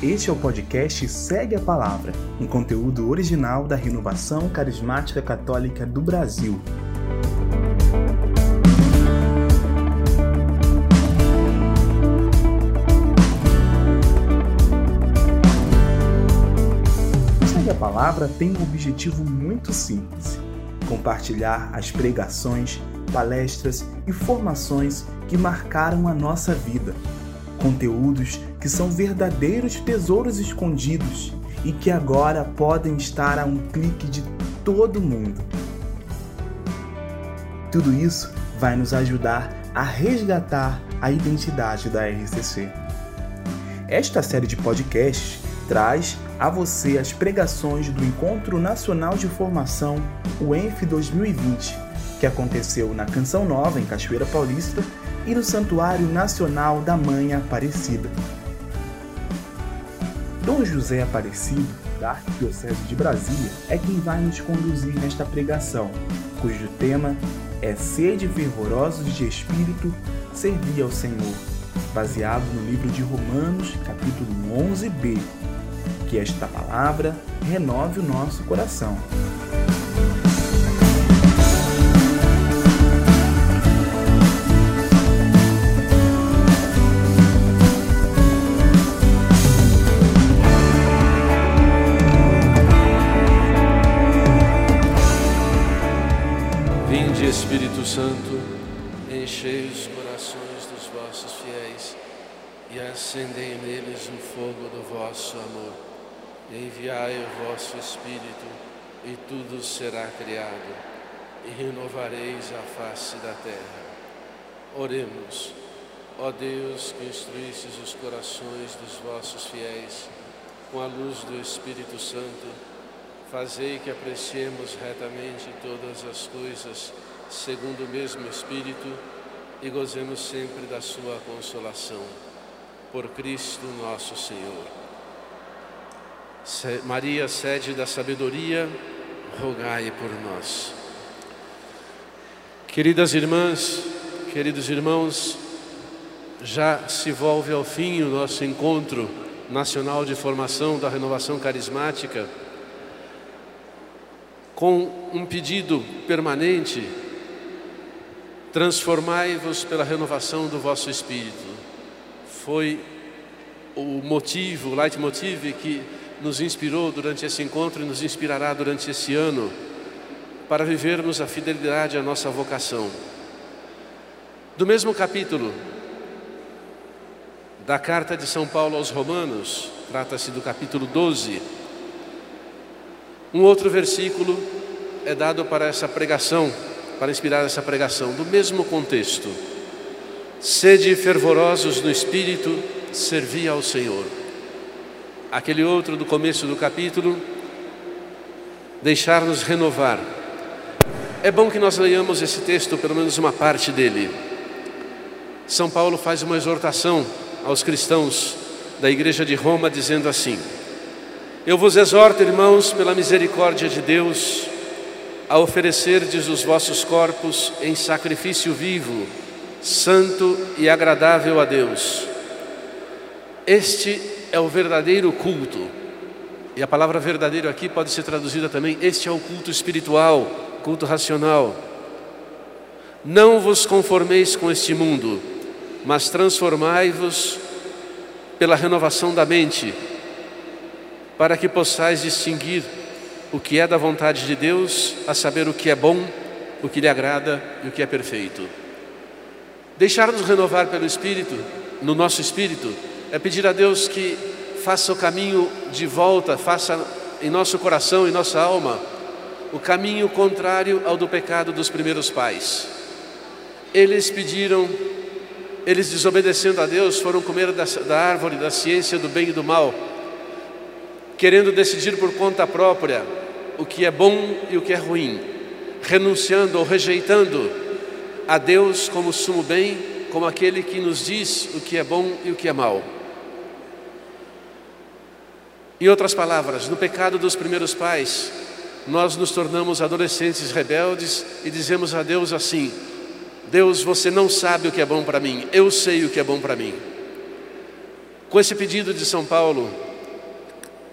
Este é o podcast Segue a Palavra, um conteúdo original da Renovação Carismática Católica do Brasil. O Segue a Palavra tem um objetivo muito simples: compartilhar as pregações, palestras e formações que marcaram a nossa vida. Conteúdos que são verdadeiros tesouros escondidos e que agora podem estar a um clique de todo mundo. Tudo isso vai nos ajudar a resgatar a identidade da RCC. Esta série de podcasts traz a você as pregações do Encontro Nacional de Formação, o ENF 2020, que aconteceu na Canção Nova, em Cachoeira Paulista, e no Santuário Nacional da Mãe Aparecida. Dom José Aparecido, da Arquidiocese de Brasília, é quem vai nos conduzir nesta pregação, cujo tema é Sede fervorosos de espírito, servi ao Senhor, baseado no livro de Romanos, capítulo 11b. Que esta palavra renove o nosso coração. Vinde, Espírito Santo, enchei os corações dos vossos fiéis e acendei neles o fogo do vosso amor. Enviai o vosso Espírito e tudo será criado e renovareis a face da terra. Oremos. Ó Deus, que instruístes os corações dos vossos fiéis com a luz do Espírito Santo, fazei que apreciemos retamente todas as coisas segundo o mesmo Espírito e gozemos sempre da sua consolação. Por Cristo nosso Senhor. Maria, sede da sabedoria, rogai por nós. Queridas irmãs, queridos irmãos, já se volve ao fim o nosso encontro nacional de formação da Renovação Carismática, com um pedido permanente: transformai-vos pela renovação do vosso espírito. Foi o motivo, o leitmotiv que nos inspirou durante esse encontro e nos inspirará durante esse ano para vivermos a fidelidade à nossa vocação. Do mesmo capítulo da carta de São Paulo aos Romanos, trata-se do capítulo 12, um outro versículo é dado para essa pregação, para inspirar essa pregação, do mesmo contexto. Sede fervorosos no Espírito, servi ao Senhor. Aquele outro do começo do capítulo, deixar-nos renovar. É bom que nós leiamos esse texto, pelo menos uma parte dele. São Paulo faz uma exortação aos cristãos da igreja de Roma, dizendo assim: eu vos exorto, irmãos, pela misericórdia de Deus, a oferecerdes os vossos corpos em sacrifício vivo, santo e agradável a Deus. Este é o verdadeiro culto. E a palavra verdadeiro aqui pode ser traduzida também: este é o culto espiritual, culto racional. Não vos conformeis com este mundo, mas transformai-vos pela renovação da mente, para que possais distinguir o que é da vontade de Deus, a saber o que é bom, o que lhe agrada e o que é perfeito. Deixar-nos renovar pelo Espírito, no nosso espírito, é pedir a Deus que faça o caminho de volta, faça em nosso coração, em nossa alma, o caminho contrário ao do pecado dos primeiros pais. Eles pediram, eles desobedecendo a Deus, foram comer da árvore da ciência do bem e do mal, querendo decidir por conta própria o que é bom e o que é ruim, renunciando ou rejeitando a Deus como sumo bem, como aquele que nos diz o que é bom e o que é mal. Em outras palavras, no pecado dos primeiros pais, nós nos tornamos adolescentes rebeldes e dizemos a Deus assim: Deus, você não sabe o que é bom para mim, eu sei o que é bom para mim. Com esse pedido de São Paulo,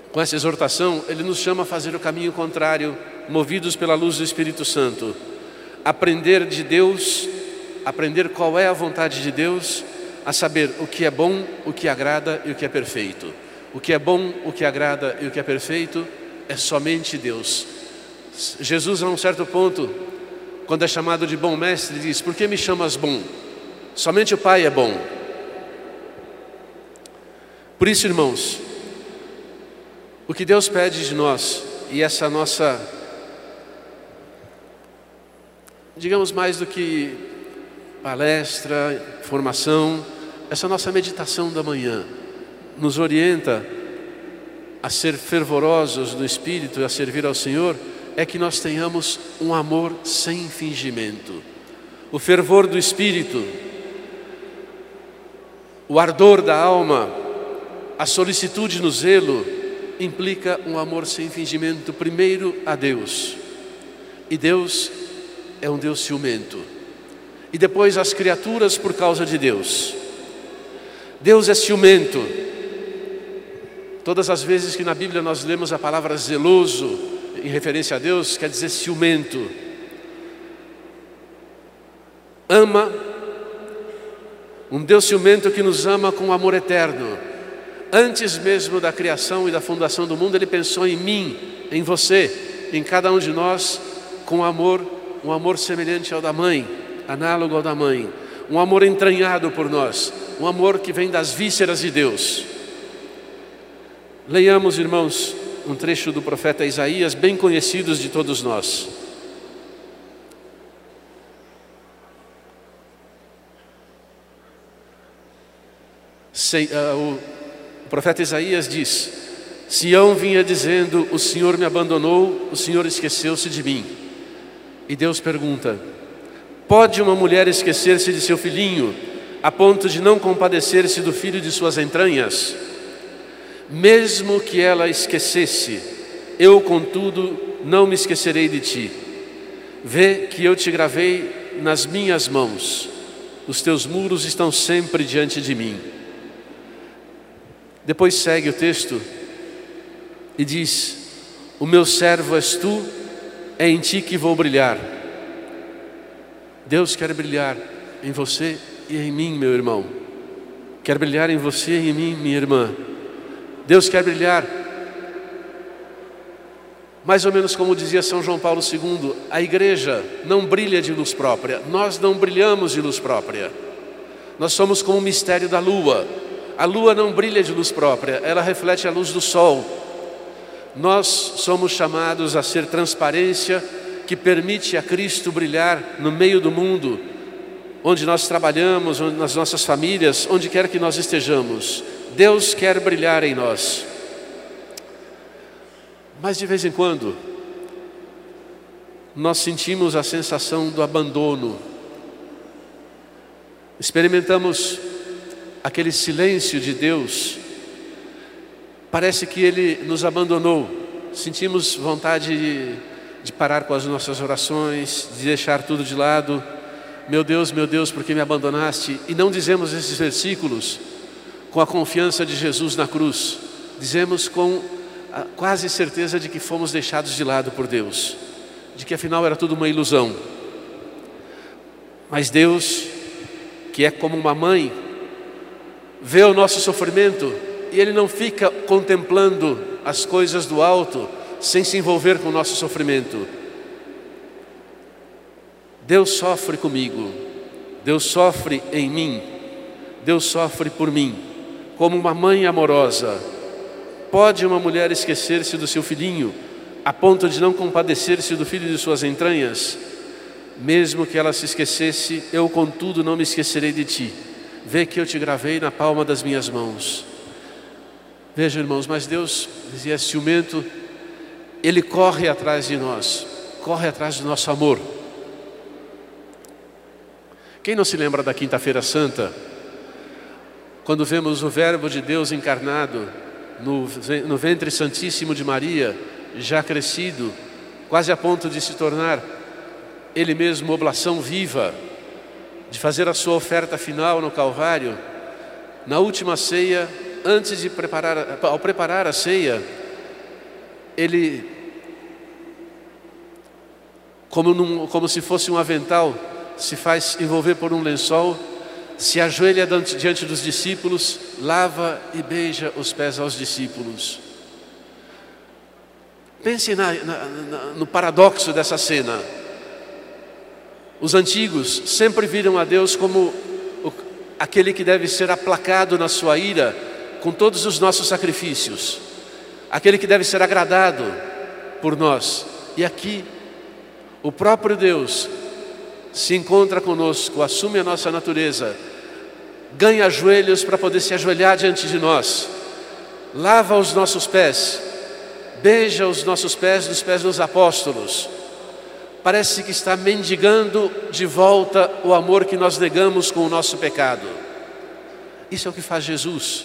Com essa exortação, ele nos chama a fazer o caminho contrário, movidos pela luz do Espírito Santo. Aprender de Deus, aprender qual é a vontade de Deus, a saber o que é bom, o que agrada e o que é perfeito. O que é bom, o que agrada e o que é perfeito é somente Deus. Jesus, a um certo ponto, quando é chamado de bom mestre, diz: por que me chamas bom? Somente o Pai é bom. Por isso, irmãos, o que Deus pede de nós, e essa nossa, digamos, mais do que palestra, formação, essa nossa meditação da manhã, nos orienta a ser fervorosos no Espírito e a servir ao Senhor, é que nós tenhamos um amor sem fingimento. O fervor do Espírito, o ardor da alma, a solicitude no zelo, implica um amor sem fingimento, primeiro a Deus. E Deus é um Deus ciumento. E depois as criaturas por causa de Deus. Deus é ciumento. Todas as vezes que na Bíblia nós lemos a palavra zeloso, em referência a Deus, quer dizer ciumento. Ama, um Deus ciumento que nos ama com amor eterno. Antes mesmo da criação e da fundação do mundo, Ele pensou em mim, em você, em cada um de nós, com amor, um amor semelhante ao da mãe, análogo ao da mãe, um amor entranhado por nós, um amor que vem das vísceras de Deus. Leiamos, irmãos, um trecho do profeta Isaías, bem conhecidos de todos nós. O profeta Isaías diz: Sião vinha dizendo, o Senhor me abandonou, o Senhor esqueceu-se de mim. E Deus pergunta: pode uma mulher esquecer-se de seu filhinho, a ponto de não compadecer-se do filho de suas entranhas? Mesmo que ela esquecesse, eu, contudo, não me esquecerei de ti. Vê que eu te gravei nas minhas mãos, os teus muros estão sempre diante de mim. Depois segue o texto e diz: o meu servo és tu, é em ti que vou brilhar. Deus quer brilhar em você e em mim, meu irmão. Quer brilhar em você e em mim, minha irmã. Deus quer brilhar, mais ou menos como dizia São João Paulo II, a igreja não brilha de luz própria, nós não brilhamos de luz própria. Nós somos como o mistério da lua. A lua não brilha de luz própria, ela reflete a luz do sol. Nós somos chamados a ser transparência que permite a Cristo brilhar no meio do mundo, onde nós trabalhamos, nas nossas famílias, onde quer que nós estejamos. Deus quer brilhar em nós. Mas de vez em quando, nós sentimos a sensação do abandono. Experimentamos aquele silêncio de Deus. Parece que Ele nos abandonou. Sentimos vontade de parar com as nossas orações, de deixar tudo de lado. Meu Deus, por que me abandonaste? E não dizemos esses versículos com a confiança de Jesus na cruz. Dizemos com a quase certeza de que fomos deixados de lado por Deus, de que afinal era tudo uma ilusão. Mas Deus, que é como uma mãe, vê o nosso sofrimento e Ele não fica contemplando as coisas do alto sem se envolver com o nosso sofrimento. Deus sofre comigo, Deus sofre em mim, Deus sofre por mim, como uma mãe amorosa. Pode uma mulher esquecer-se do seu filhinho, a ponto de não compadecer-se do filho de suas entranhas? Mesmo que ela se esquecesse, eu contudo não me esquecerei de ti. Vê que eu te gravei na palma das minhas mãos. Veja, irmãos, mas Deus, dizia, é ciumento. Ele corre atrás de nós, corre atrás do nosso amor. Quem não se lembra da Quinta-feira Santa, quando vemos o Verbo de Deus encarnado no ventre santíssimo de Maria, já crescido, quase a ponto de se tornar Ele mesmo oblação viva, de fazer a sua oferta final no Calvário? Na última ceia, ao preparar a ceia, ele, como se fosse um avental, se faz envolver por um lençol, se ajoelha diante dos discípulos, lava e beija os pés aos discípulos. Pense no paradoxo dessa cena. Os antigos sempre viram a Deus como aquele que deve ser aplacado na sua ira com todos os nossos sacrifícios, aquele que deve ser agradado por nós. E aqui, o próprio Deus se encontra conosco, assume a nossa natureza, ganha joelhos para poder se ajoelhar diante de nós, lava os nossos pés, beija os nossos pés dos pés dos apóstolos. Parece que está mendigando de volta o amor que nós negamos com o nosso pecado. Isso é o que faz Jesus.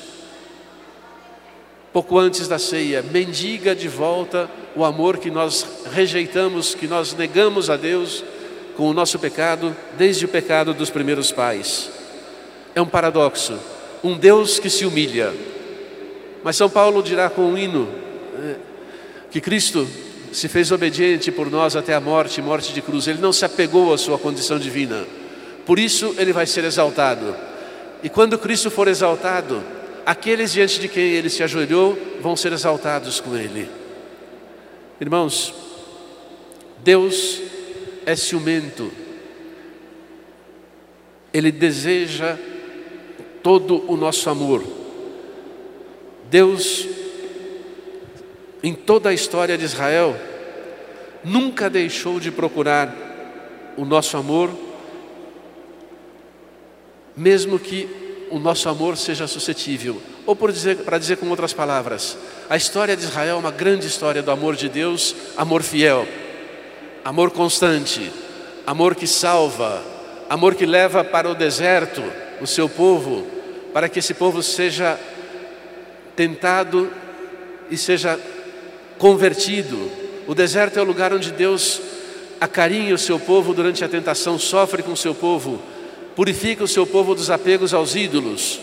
Pouco antes da ceia, mendiga de volta o amor que nós rejeitamos, que nós negamos a Deus com o nosso pecado, desde o pecado dos primeiros pais. É um paradoxo, um Deus que se humilha. Mas São Paulo dirá com um hino que Cristo se fez obediente por nós até a morte de cruz. Ele não se apegou à sua condição divina. Por isso ele vai ser exaltado. E quando Cristo for exaltado, aqueles diante de quem ele se ajoelhou vão ser exaltados com ele. Irmãos, Deus é ciumento. Ele deseja todo o nosso amor. Deus, em toda a história de Israel, nunca deixou de procurar o nosso amor, mesmo que o nosso amor seja suscetível. Ou para dizer com outras palavras, a história de Israel é uma grande história do amor de Deus, amor fiel, amor constante, amor que salva, amor que leva para o deserto o seu povo, para que esse povo seja tentado e seja convertido. O deserto é o lugar onde Deus acarinha o seu povo durante a tentação, sofre com o seu povo, purifica o seu povo dos apegos aos ídolos.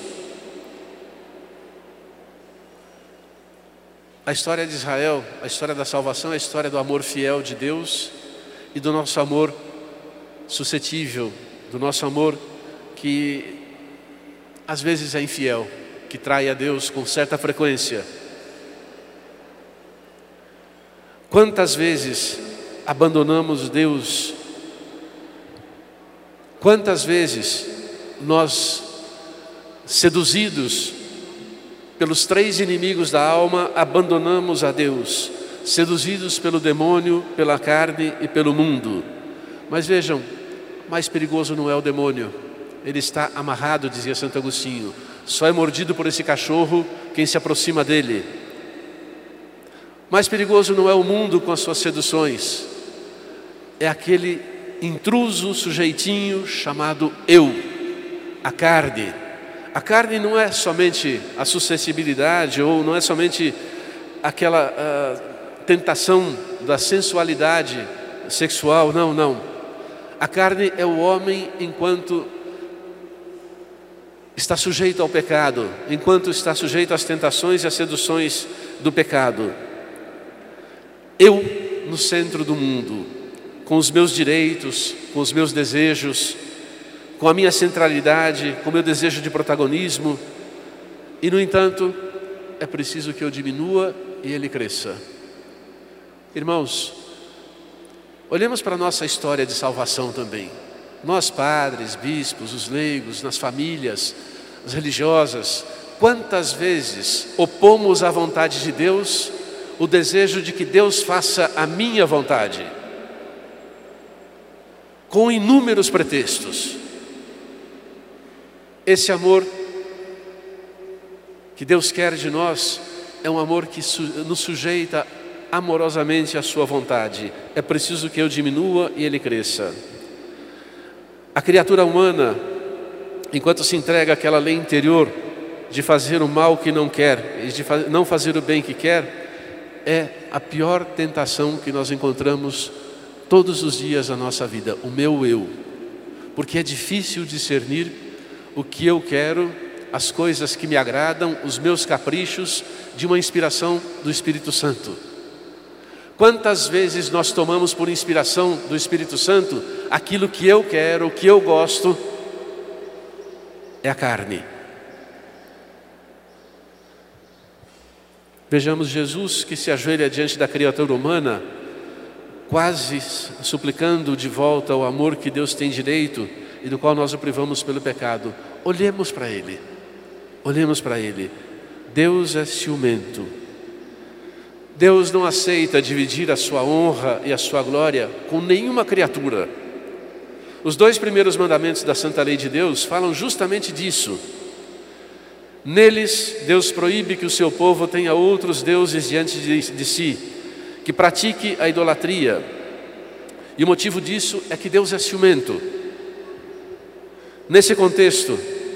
A história de Israel, a história da salvação, é a história do amor fiel de Deus e do nosso amor suscetível, do nosso amor que às vezes é infiel, que trai a Deus com certa frequência. Quantas vezes abandonamos Deus? Quantas vezes nós, seduzidos pelos três inimigos da alma, abandonamos a Deus, seduzidos pelo demônio, pela carne e pelo mundo? Mas vejam, mais perigoso não é o demônio, ele está amarrado, dizia Santo Agostinho. Só é mordido por esse cachorro quem se aproxima dele. Mais perigoso não é o mundo com as suas seduções, é aquele intruso sujeitinho chamado eu, a carne. A carne não é somente a suscetibilidade, ou não é somente aquela tentação da sensualidade sexual, não. A carne é o homem enquanto está sujeito ao pecado, enquanto está sujeito às tentações e às seduções do pecado. Eu no centro do mundo, com os meus direitos, com os meus desejos, com a minha centralidade, com o meu desejo de protagonismo, e no entanto, é preciso que eu diminua e ele cresça. Irmãos, olhemos para a nossa história de salvação também. Nós padres, bispos, os leigos, nas famílias, as religiosas, quantas vezes opomos à vontade de Deus o desejo de que Deus faça a minha vontade, com inúmeros pretextos. Esse amor que Deus quer de nós é um amor que nos sujeita amorosamente à sua vontade. É preciso que eu diminua e ele cresça. A criatura humana, enquanto se entrega àquela lei interior de fazer o mal que não quer e de não fazer o bem que quer, é a pior tentação que nós encontramos todos os dias da nossa vida, o meu eu. Porque é difícil discernir o que eu quero, as coisas que me agradam, os meus caprichos, de uma inspiração do Espírito Santo. Quantas vezes nós tomamos por inspiração do Espírito Santo aquilo que eu quero, o que eu gosto, é a carne. Vejamos Jesus que se ajoelha diante da criatura humana, quase suplicando de volta o amor que Deus tem direito e do qual nós o privamos pelo pecado. Olhemos para Ele, olhemos para Ele. Deus é ciumento. Deus não aceita dividir a sua honra e a sua glória com nenhuma criatura. Os 2 primeiros mandamentos da Santa Lei de Deus falam justamente disso. Neles, Deus proíbe que o seu povo tenha outros deuses diante de si, que pratique a idolatria. E o motivo disso é que Deus é ciumento. Nesse contexto,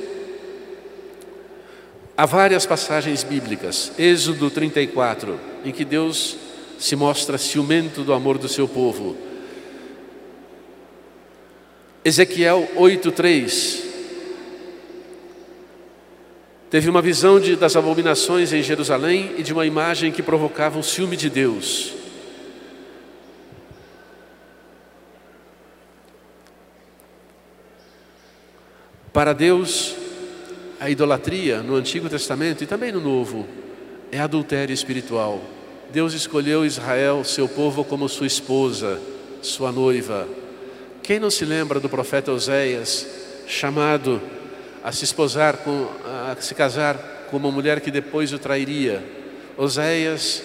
há várias passagens bíblicas. Êxodo 34, em que Deus se mostra ciumento do amor do seu povo. Ezequiel 8:3. Teve uma visão das abominações em Jerusalém e de uma imagem que provocava um ciúme de Deus. Para Deus, a idolatria no Antigo Testamento e também no Novo é adultério espiritual. Deus escolheu Israel, seu povo, como sua esposa, sua noiva. Quem não se lembra do profeta Oséias, chamado a se casar com uma mulher que depois o trairia? Oséias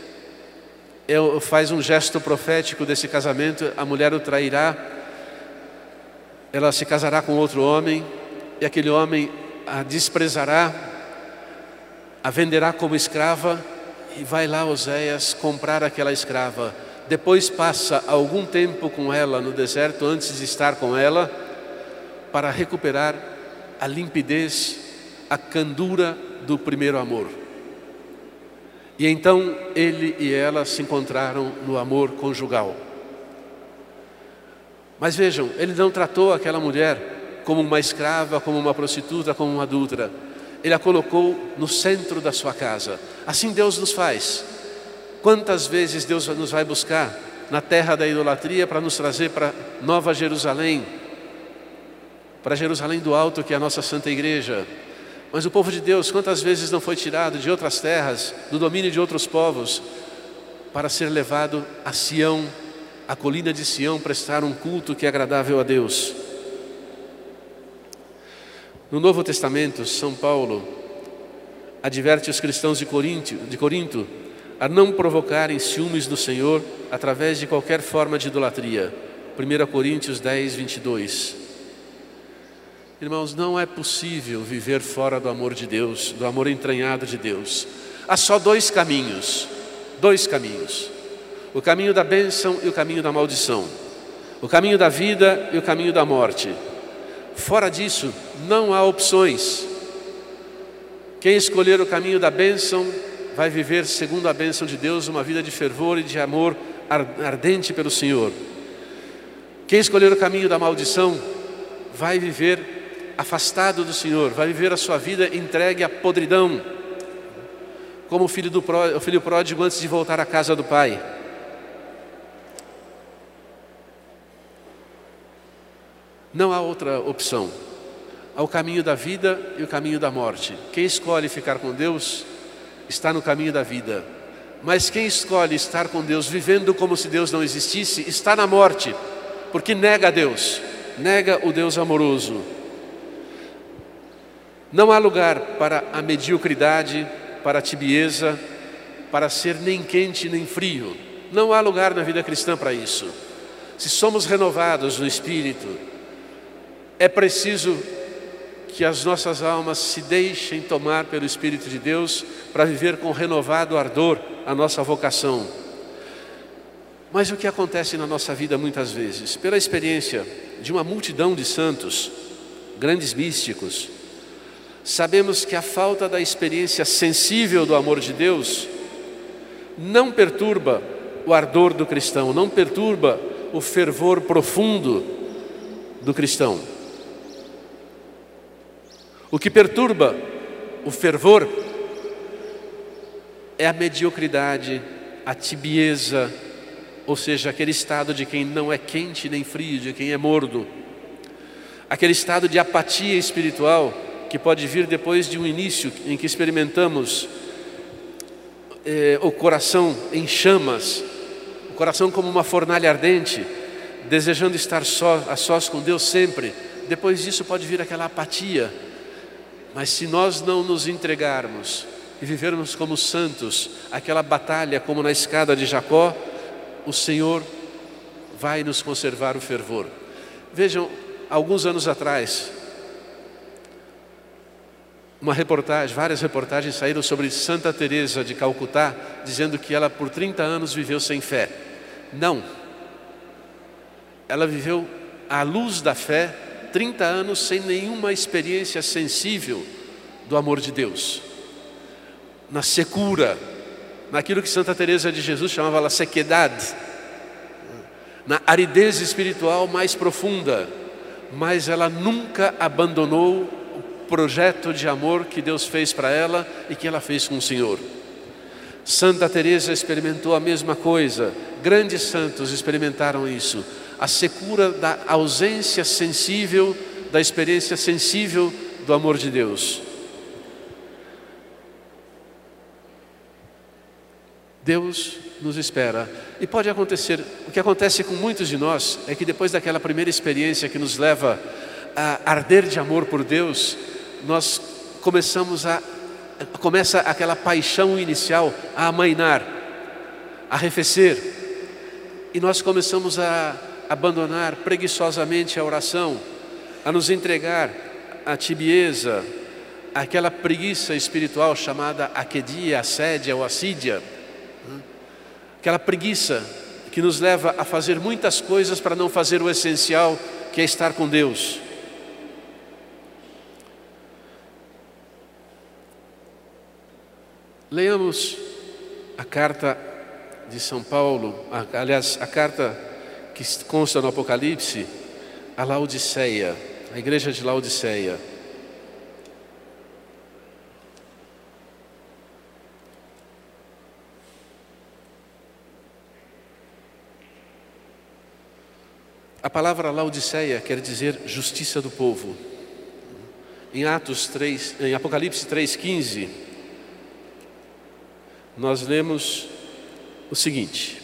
faz um gesto profético desse casamento. A mulher o trairá, ela se casará com outro homem, e aquele homem a desprezará, a venderá como escrava, e vai lá Oséias comprar aquela escrava. Depois passa algum tempo com ela no deserto, antes de estar com ela, para recuperar a limpidez, a candura do primeiro amor. E então ele e ela se encontraram no amor conjugal. Mas vejam, ele não tratou aquela mulher como uma escrava, como uma prostituta, como uma adúltera. Ele a colocou no centro da sua casa. Assim Deus nos faz. Quantas vezes Deus nos vai buscar na terra da idolatria para nos trazer para Nova Jerusalém, para Jerusalém do Alto, que é a nossa Santa Igreja. Mas o povo de Deus, quantas vezes não foi tirado de outras terras, do domínio de outros povos, para ser levado a Sião, a colina de Sião, prestar um culto que é agradável a Deus. No Novo Testamento, São Paulo adverte os cristãos de Corinto a não provocarem ciúmes do Senhor através de qualquer forma de idolatria. 1 Coríntios 10, 22. Irmãos, não é possível viver fora do amor de Deus, do amor entranhado de Deus. Há só 2 caminhos, 2 caminhos. O caminho da bênção e o caminho da maldição. O caminho da vida e o caminho da morte. Fora disso, não há opções. Quem escolher o caminho da bênção vai viver, segundo a bênção de Deus, uma vida de fervor e de amor ardente pelo Senhor. Quem escolher o caminho da maldição vai viver afastado do Senhor, vai viver a sua vida entregue à podridão, como o filho pródigo antes de voltar à casa do pai. Não há outra opção. Há o caminho da vida e o caminho da morte. Quem escolhe ficar com Deus está no caminho da vida. Mas quem escolhe estar com Deus vivendo como se Deus não existisse, está na morte, porque nega a Deus, nega o Deus amoroso. Não há lugar para a mediocridade, para a tibieza, para ser nem quente nem frio. Não há lugar na vida cristã para isso. Se somos renovados no Espírito, é preciso que as nossas almas se deixem tomar pelo Espírito de Deus para viver com renovado ardor a nossa vocação. Mas o que acontece na nossa vida muitas vezes? Pela experiência de uma multidão de santos, grandes místicos, sabemos que a falta da experiência sensível do amor de Deus não perturba o ardor do cristão, não perturba o fervor profundo do cristão. O que perturba o fervor é a mediocridade, a tibieza, ou seja, aquele estado de quem não é quente nem frio, de quem é morno. Aquele estado de apatia espiritual que pode vir depois de um início em que experimentamos o coração em chamas, o coração como uma fornalha ardente, desejando estar a sós com Deus sempre. Depois disso pode vir aquela apatia. Mas se nós não nos entregarmos e vivermos como santos, aquela batalha como na escada de Jacó, o Senhor vai nos conservar o fervor. Vejam, alguns anos atrás, várias reportagens saíram sobre Santa Teresa de Calcutá, dizendo que ela por 30 anos viveu sem fé. Não. Ela viveu à luz da fé 30 anos sem nenhuma experiência sensível do amor de Deus. Na secura, naquilo que Santa Teresa de Jesus chamava la sequedade, na aridez espiritual mais profunda, mas ela nunca abandonou o projeto de amor que Deus fez para ela e que ela fez com o Senhor. Santa Teresa experimentou a mesma coisa, grandes santos experimentaram isso, a secura da ausência sensível, da experiência sensível do amor de Deus. Deus nos espera. E pode acontecer, o que acontece com muitos de nós é que depois daquela primeira experiência que nos leva a arder de amor por Deus, nós começa aquela paixão inicial a amainar, a arrefecer, e nós começamos a abandonar preguiçosamente a oração, a nos entregar à tibieza, àquela preguiça espiritual chamada aquedia, assédia ou assídia, aquela preguiça que nos leva a fazer muitas coisas para não fazer o essencial, que é estar com Deus. Leamos a carta de São Paulo, aliás, a carta que consta no Apocalipse, a Laodiceia, a igreja de Laodiceia. A palavra Laodiceia quer dizer justiça do povo. Em Apocalipse 3,15, nós lemos o seguinte: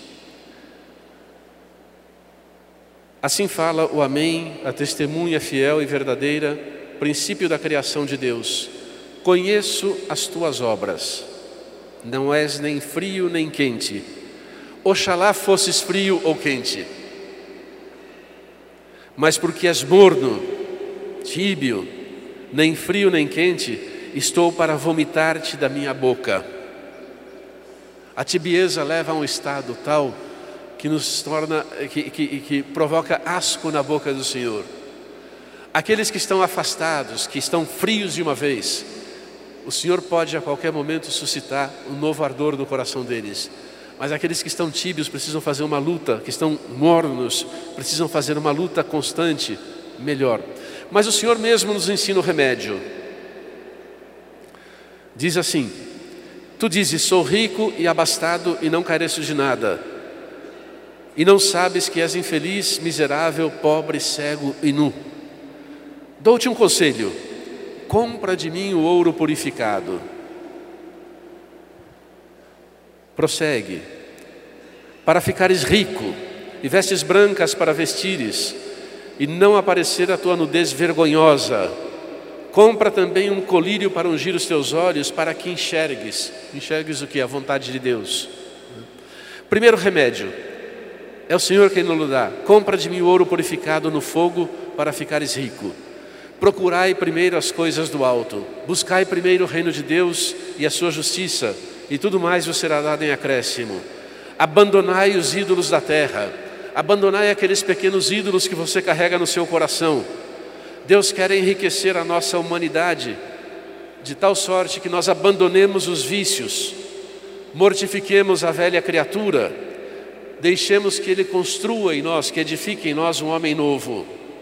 assim fala o Amém, a testemunha fiel e verdadeira, princípio da criação de Deus. Conheço as tuas obras, não és nem frio nem quente. Oxalá fosses frio ou quente. Mas porque és morno, tíbio, nem frio nem quente, estou para vomitar-te da minha boca. A tibieza leva a um estado tal que nos torna, que provoca asco na boca do Senhor. Aqueles que estão afastados, que estão frios de uma vez, o Senhor pode a qualquer momento suscitar um novo ardor no coração deles. Mas aqueles que estão tíbios precisam fazer uma luta, que estão mornos, precisam fazer uma luta constante, melhor. Mas o Senhor mesmo nos ensina o remédio. Diz assim: tu dizes, sou rico e abastado e não careço de nada. E não sabes que és infeliz, miserável, pobre, cego e nu. Dou-te um conselho: compra de mim o ouro purificado. Prossegue: para ficares rico, e vestes brancas para vestires, e não aparecer a tua nudez vergonhosa. Compra também um colírio para ungir os teus olhos, para que enxergues. Enxergues o que? A vontade de Deus. Primeiro remédio, é o Senhor quem nos dá. Compra de mim o ouro purificado no fogo, para ficares rico. Procurai primeiro as coisas do alto. Buscai primeiro o reino de Deus e a sua justiça, e tudo mais vos será dado em acréscimo. Abandonai os ídolos da terra. Abandonai aqueles pequenos ídolos que você carrega no seu coração. Deus quer enriquecer a nossa humanidade de tal sorte que nós abandonemos os vícios, mortifiquemos a velha criatura, deixemos que Ele construa em nós, que edifique em nós um homem novo.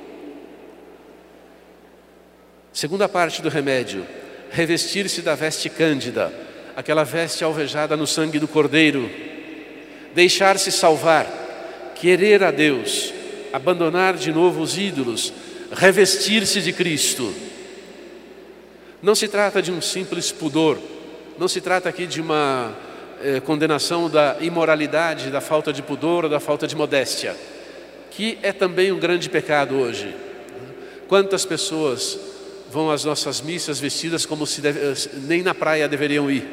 Segunda parte do remédio: revestir-se da veste cândida, aquela veste alvejada no sangue do Cordeiro. Deixar-se salvar, querer a Deus, abandonar de novo os ídolos, revestir-se de Cristo. Não se trata de um simples pudor, não se trata aqui de uma condenação da imoralidade, da falta de pudor ou da falta de modéstia, que é também um grande pecado hoje. Quantas pessoas vão às nossas missas vestidas como se nem na praia deveriam ir?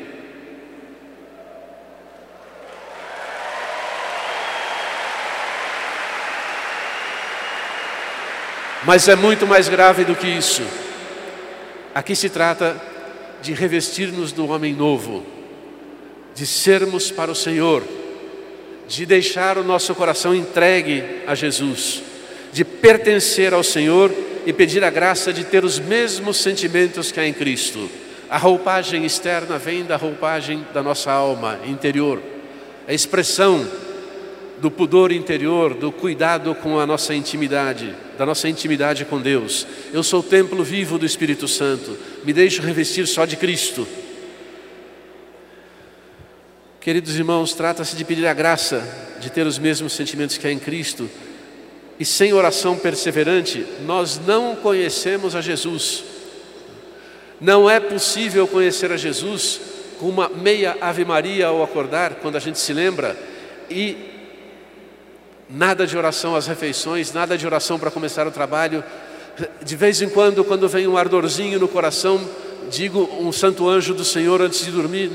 Mas é muito mais grave do que isso. Aqui se trata de revestir-nos do homem novo, de sermos para o Senhor, de deixar o nosso coração entregue a Jesus, de pertencer ao Senhor e pedir a graça de ter os mesmos sentimentos que há em Cristo. A roupagem externa vem da roupagem da nossa alma interior, a expressão do pudor interior, do cuidado com a nossa intimidade, da nossa intimidade com Deus. Eu sou o templo vivo do Espírito Santo, me deixo revestir só de Cristo. Queridos irmãos, trata-se de pedir a graça de ter os mesmos sentimentos que há em Cristo, e sem oração perseverante, nós não conhecemos a Jesus. Não é possível conhecer a Jesus com uma meia Ave Maria ao acordar, quando a gente se lembra, e nada de oração às refeições, nada de oração para começar o trabalho. De vez em quando vem um ardorzinho no coração, digo um santo anjo do Senhor antes de dormir.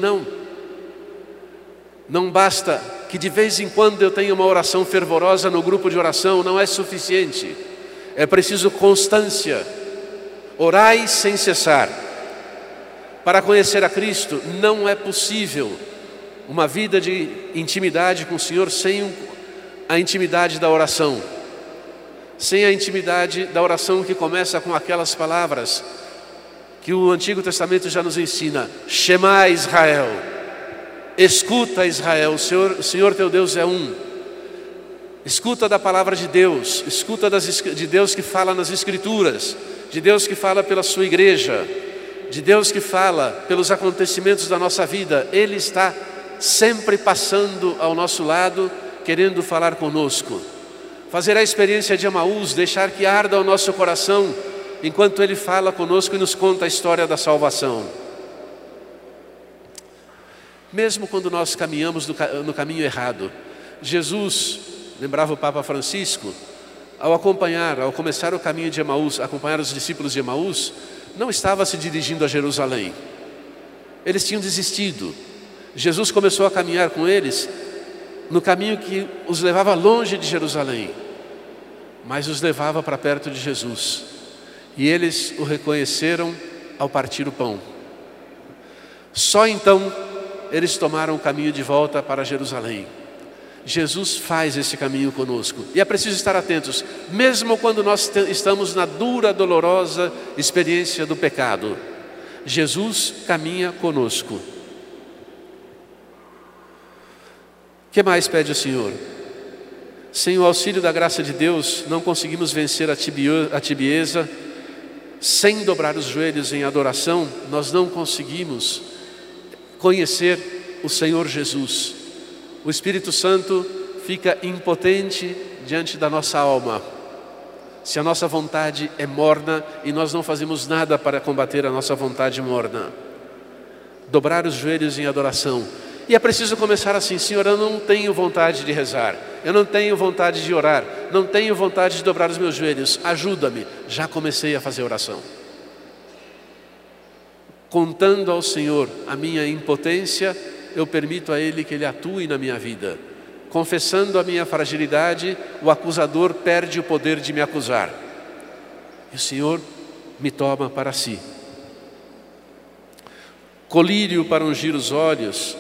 Não basta que de vez em quando eu tenha uma oração fervorosa no grupo de oração, não é suficiente. É preciso constância. Orai sem cessar. Para conhecer a Cristo, não é possível uma vida de intimidade com o Senhor sem a intimidade da oração. Sem a intimidade da oração que começa com aquelas palavras que o Antigo Testamento já nos ensina: Shema Israel, escuta Israel, o Senhor teu Deus é um. Escuta da palavra de Deus, escuta de Deus que fala nas Escrituras, de Deus que fala pela sua igreja, de Deus que fala pelos acontecimentos da nossa vida. Ele está sempre passando ao nosso lado, querendo falar conosco. Fazer a experiência de Emaús, deixar que arda o nosso coração enquanto Ele fala conosco e nos conta a história da salvação. Mesmo quando nós caminhamos no caminho errado, Jesus, lembrava o Papa Francisco, ao começar o caminho de Emaús, acompanhar os discípulos de Emaús, não estava se dirigindo a Jerusalém. Eles tinham desistido. Jesus começou a caminhar com eles no caminho que os levava longe de Jerusalém, mas os levava para perto de Jesus. E eles o reconheceram ao partir o pão. Só então eles tomaram o caminho de volta para Jerusalém. Jesus faz esse caminho conosco. E é preciso estar atentos, mesmo quando nós estamos na dura, dolorosa experiência do pecado. Jesus caminha conosco. O que mais pede o Senhor? Sem o auxílio da graça de Deus, não conseguimos vencer a tibieza. Sem dobrar os joelhos em adoração, nós não conseguimos conhecer o Senhor Jesus. O Espírito Santo fica impotente diante da nossa alma, se a nossa vontade é morna e nós não fazemos nada para combater a nossa vontade morna. Dobrar os joelhos em adoração. E é preciso começar assim: Senhor, eu não tenho vontade de rezar, eu não tenho vontade de orar, não tenho vontade de dobrar os meus joelhos, ajuda-me. Já comecei a fazer oração, contando ao Senhor a minha impotência. Eu permito a Ele que Ele atue na minha vida. Confessando a minha fragilidade, o acusador perde o poder de me acusar, e o Senhor me toma para si. Colírio para ungir os olhos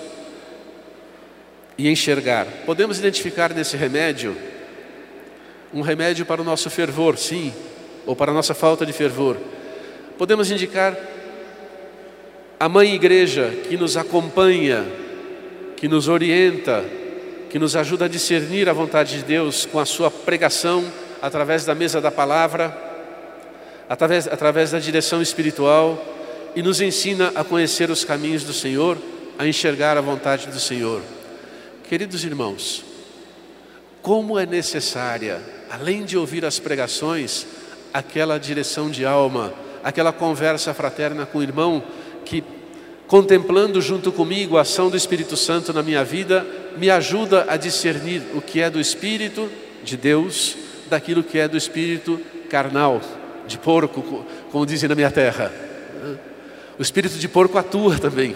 e enxergar. Podemos identificar nesse remédio um remédio para o nosso fervor, sim, ou para a nossa falta de fervor. Podemos indicar a Mãe Igreja, que nos acompanha, que nos orienta, que nos ajuda a discernir a vontade de Deus com a sua pregação, através da mesa da palavra, através da direção espiritual, e nos ensina a conhecer os caminhos do Senhor, a enxergar a vontade do Senhor. Queridos irmãos, como é necessária, além de ouvir as pregações, aquela direção de alma, aquela conversa fraterna com o irmão que, contemplando junto comigo a ação do Espírito Santo na minha vida, me ajuda a discernir o que é do Espírito de Deus, daquilo que é do espírito carnal, de porco, como dizem na minha terra. O espírito de porco atua também.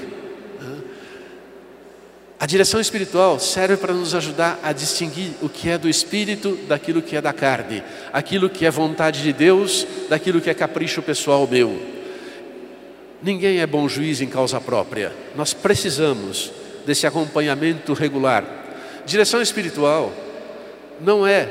A direção espiritual serve para nos ajudar a distinguir o que é do espírito daquilo que é da carne, aquilo que é vontade de Deus daquilo que é capricho pessoal meu. Ninguém é bom juiz em causa própria. Nós precisamos desse acompanhamento regular. Direção espiritual não é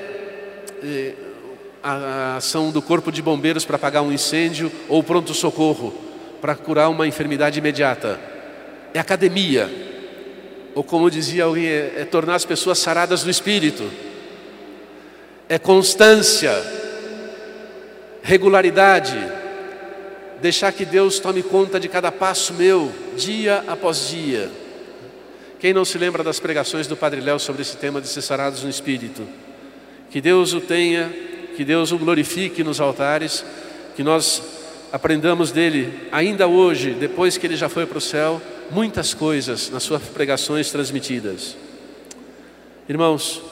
a ação do corpo de bombeiros para apagar um incêndio ou pronto-socorro para curar uma enfermidade imediata. É academia. Ou como dizia alguém, é tornar as pessoas saradas do espírito. É constância, regularidade, deixar que Deus tome conta de cada passo meu, dia após dia. Quem não se lembra das pregações do Padre Léo sobre esse tema de ser sarados no espírito? Que Deus o tenha, que Deus o glorifique nos altares, que nós aprendamos dele ainda hoje, depois que ele já foi para o céu, muitas coisas nas suas pregações transmitidas. Irmãos,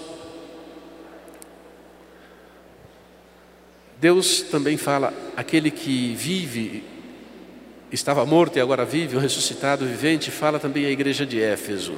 Deus também fala, aquele que vive, estava morto e agora vive, o ressuscitado, vivente, fala também à igreja de Éfeso.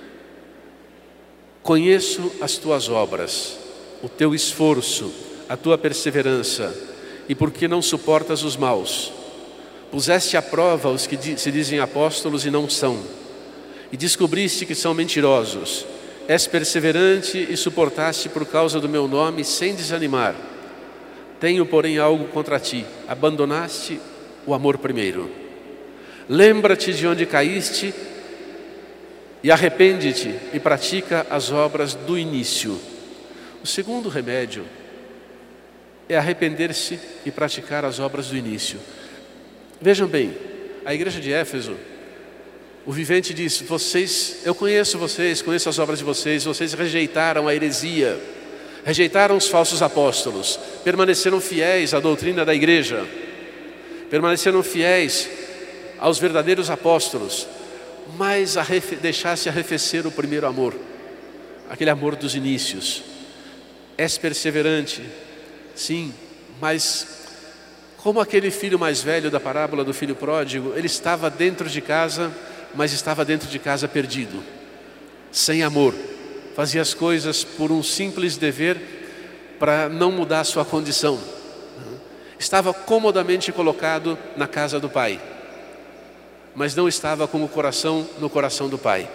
Conheço as tuas obras, o teu esforço, a tua perseverança, e porque não suportas os maus. Puseste à prova os que se dizem apóstolos e não são, e descobriste que são mentirosos. És perseverante e suportaste por causa do meu nome sem desanimar. Tenho, porém, algo contra ti. Abandonaste o amor primeiro. Lembra-te de onde caíste e arrepende-te e pratica as obras do início. O segundo remédio é arrepender-se e praticar as obras do início. Vejam bem, a igreja de Éfeso, o vivente diz, eu conheço vocês, conheço as obras de vocês rejeitaram a heresia, rejeitaram os falsos apóstolos, permaneceram fiéis à doutrina da igreja, permaneceram fiéis aos verdadeiros apóstolos, mas deixasse arrefecer o primeiro amor, aquele amor dos inícios. És perseverante, sim, mas como aquele filho mais velho da parábola do filho pródigo, ele estava dentro de casa, mas estava dentro de casa perdido, sem amor. Fazia as coisas por um simples dever para não mudar a sua condição. Estava comodamente colocado na casa do pai, mas não estava com o coração no coração do pai.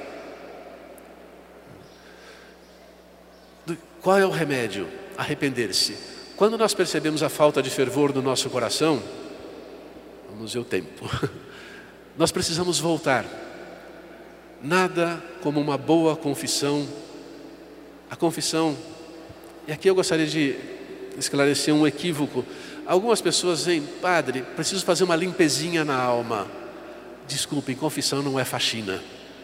Qual é o remédio? Arrepender-se. Quando nós percebemos a falta de fervor do nosso coração, vamos ver o tempo, nós precisamos voltar. Nada como uma boa confissão. A confissão, e aqui eu gostaria de esclarecer um equívoco. Algumas pessoas dizem, padre, preciso fazer uma limpezinha na alma. Desculpem, confissão não é faxina.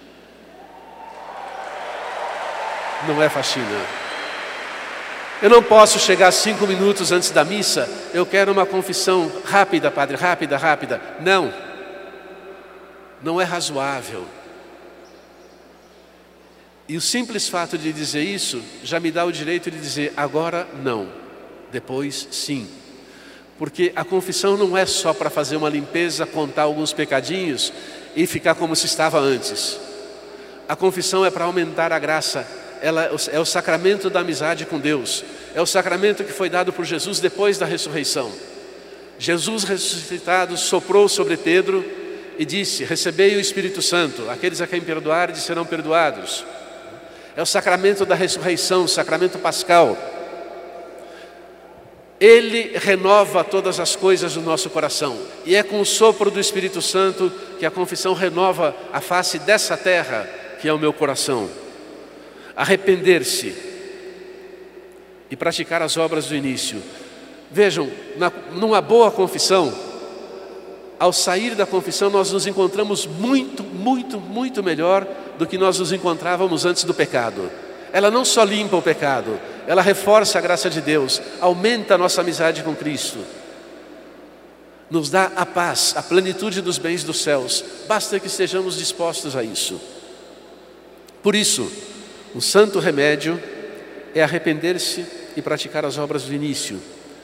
Não é faxina. Eu não posso chegar 5 minutos antes da missa, eu quero uma confissão rápida, padre, rápida. Não. Não é razoável. E o simples fato de dizer isso já me dá o direito de dizer agora não, depois sim. Porque a confissão não é só para fazer uma limpeza, contar alguns pecadinhos e ficar como se estava antes. A confissão é para aumentar a graça. Ela é o sacramento da amizade com Deus. É o sacramento que foi dado por Jesus depois da ressurreição. Jesus ressuscitado soprou sobre Pedro e disse, recebei o Espírito Santo, aqueles a quem perdoardes serão perdoados. É o sacramento da ressurreição, o sacramento pascal. Ele renova todas as coisas do nosso coração. E é com o sopro do Espírito Santo que a confissão renova a face dessa terra, que é o meu coração. Arrepender-se e praticar as obras do início. Vejam, numa boa confissão, ao sair da confissão nós nos encontramos muito melhor do que nós nos encontrávamos antes do pecado. ela não só limpa o pecado, ela reforça a graça de Deus, aumenta a nossa amizade com Cristo, nos dá a paz, a plenitude dos bens dos céus. Basta que estejamos dispostos a isso. Por isso, um santo remédio é arrepender-se e praticar as obras do início.